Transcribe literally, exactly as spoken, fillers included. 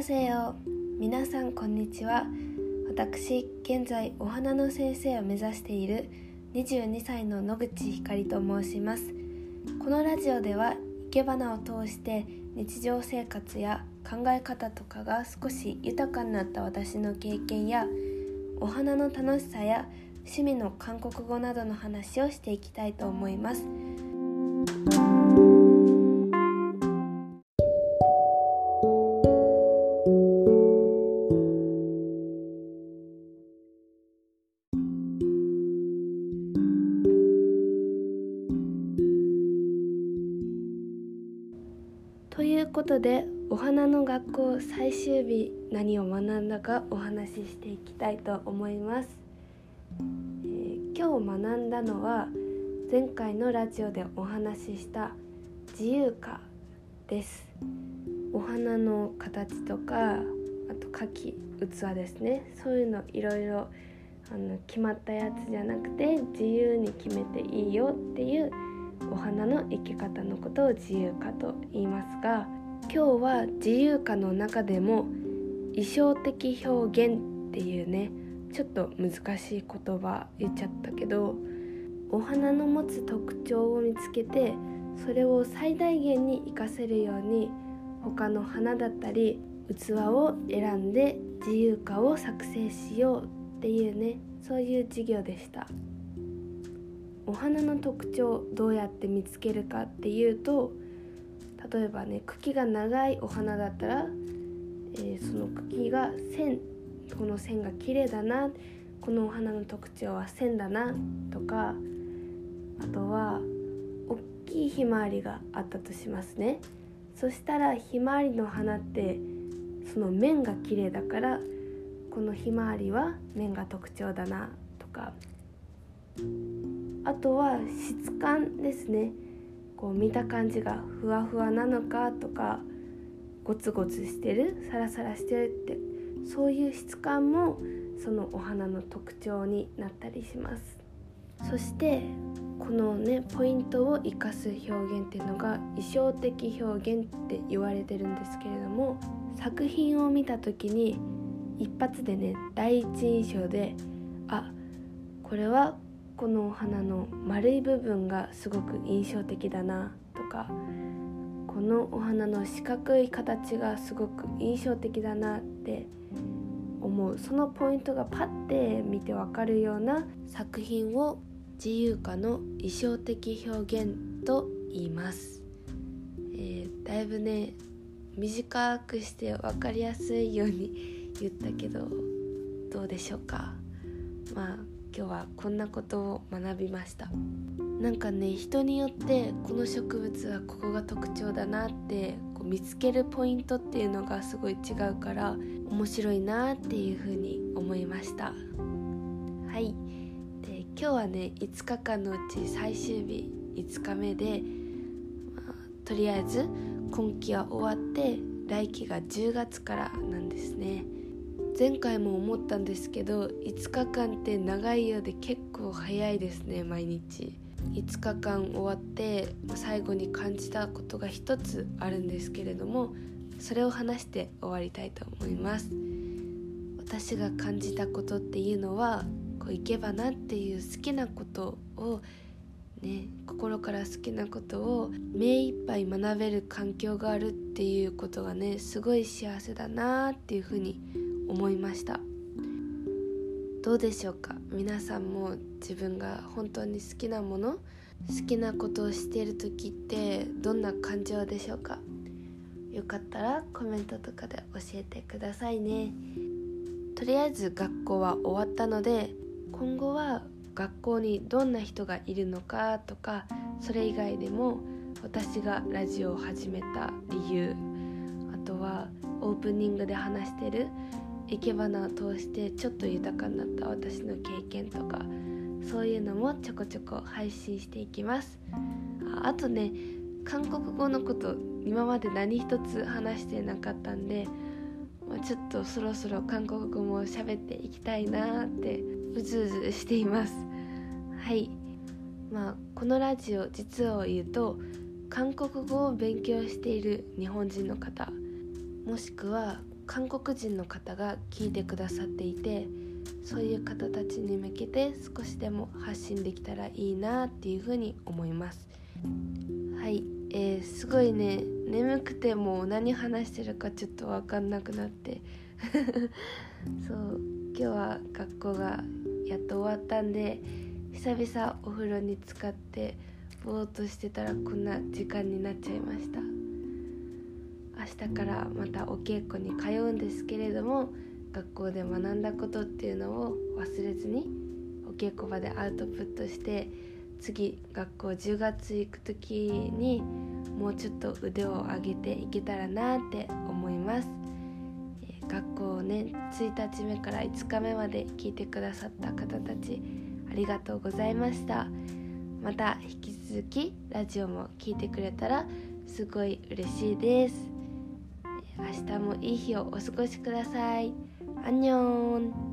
せよ。皆さんこんにちは。私、現在お花の先生を目指しているにじゅうにさいの野口ひかりと申します。このラジオでは生け花を通して日常生活や考え方とかが少し豊かになった私の経験やお花の楽しさや趣味の韓国語などの話をしていきたいと思います。ということで、お花の学校最終日、何を学んだかお話ししていきたいと思います。えー、今日学んだのは前回のラジオでお話しした自由花です。お花の形とか、あと花器、器ですね、そういうのいろいろあの決まったやつじゃなくて自由に決めていいよっていうお花の生け方のことを自由花と言いますが、今日は自由花の中でも意象的表現っていうね、ちょっと難しい言葉言っちゃったけど、お花の持つ特徴を見つけてそれを最大限に活かせるように他の花だったり器を選んで自由花を作成しようっていうね、そういう授業でした。お花の特徴どうやって見つけるかっていうと、例えばね、茎が長いお花だったら、えー、その茎が線、この線が綺麗だな、このお花の特徴は線だなとか、あとは大きいひまわりがあったとしますね。そしたらひまわりの花ってその面が綺麗だから、このひまわりは面が特徴だなとか、あとは質感ですね。こう見た感じがふわふわなのかとか、ゴツゴツしてる、サラサラしてるって、そういう質感もそのお花の特徴になったりします。そしてこのね、ポイントを生かす表現っていうのが意象的表現って言われてるんですけれども、作品を見た時に一発でね、第一印象で、あ、これはこのお花の丸い部分がすごく印象的だなとか、このお花の四角い形がすごく印象的だなって思う、そのポイントがパッて見てわかるような作品を自由花の意象的表現と言います。えー、だいぶね短くしてわかりやすいように言ったけど、どうでしょうか。まあ今日はこんなことを学びました。なんかね、人によってこの植物はここが特徴だなってこう見つけるポイントっていうのがすごい違うから面白いなっていうふうに思いました。はい。で、今日はねいつかかんのうち最終日いつかめで、まあ、とりあえず今期は終わって来期がじゅうがつからなんですね。前回も思ったんですけど、いつかかんって長いようで結構早いですね。毎日いつかかん終わって最後に感じたことが一つあるんですけれども、それを話して終わりたいと思います。私が感じたことっていうのは、こう生け花っていう好きなことをね、心から好きなことを目いっぱい学べる環境があるっていうことがね、すごい幸せだなっていうふうに思いました。どうでしょうか。皆さんも自分が本当に好きなもの、好きなことをしている時ってどんな感情でしょうか。よかったらコメントとかで教えてくださいね。とりあえず学校は終わったので、今後は学校にどんな人がいるのかとか、それ以外でも私がラジオを始めた理由、あとはオープニングで話してる生け花を通してちょっと豊かになった私の経験とか、そういうのもちょこちょこ配信していきます。 あ, あとね、韓国語のこと今まで何一つ話してなかったんで、まあ、ちょっとそろそろ韓国語も喋っていきたいなってうずうずしています。はい。まあこのラジオ、実を言うと韓国語を勉強している日本人の方、もしくは韓国人の方が聞いてくださっていて、そういう方たちに向けて少しでも発信できたらいいなっていうふうに思います。はい、えー、すごいね眠くてもう何話してるかちょっと分かんなくなってそう今日は学校がやっと終わったんで、久々お風呂に浸かってぼーっとしてたらこんな時間になっちゃいました。明日からまたお稽古に通うんですけれども、学校で学んだことっていうのを忘れずにお稽古場でアウトプットして、次学校じゅうがつ行く時にもうちょっと腕を上げていけたらなって思います。えー、学校をねついたちめからいつかめまで聞いてくださった方たちありがとうございました。また引き続きラジオも聞いてくれたらすごい嬉しいです。明日もいい日をお過ごしください。アンニョン。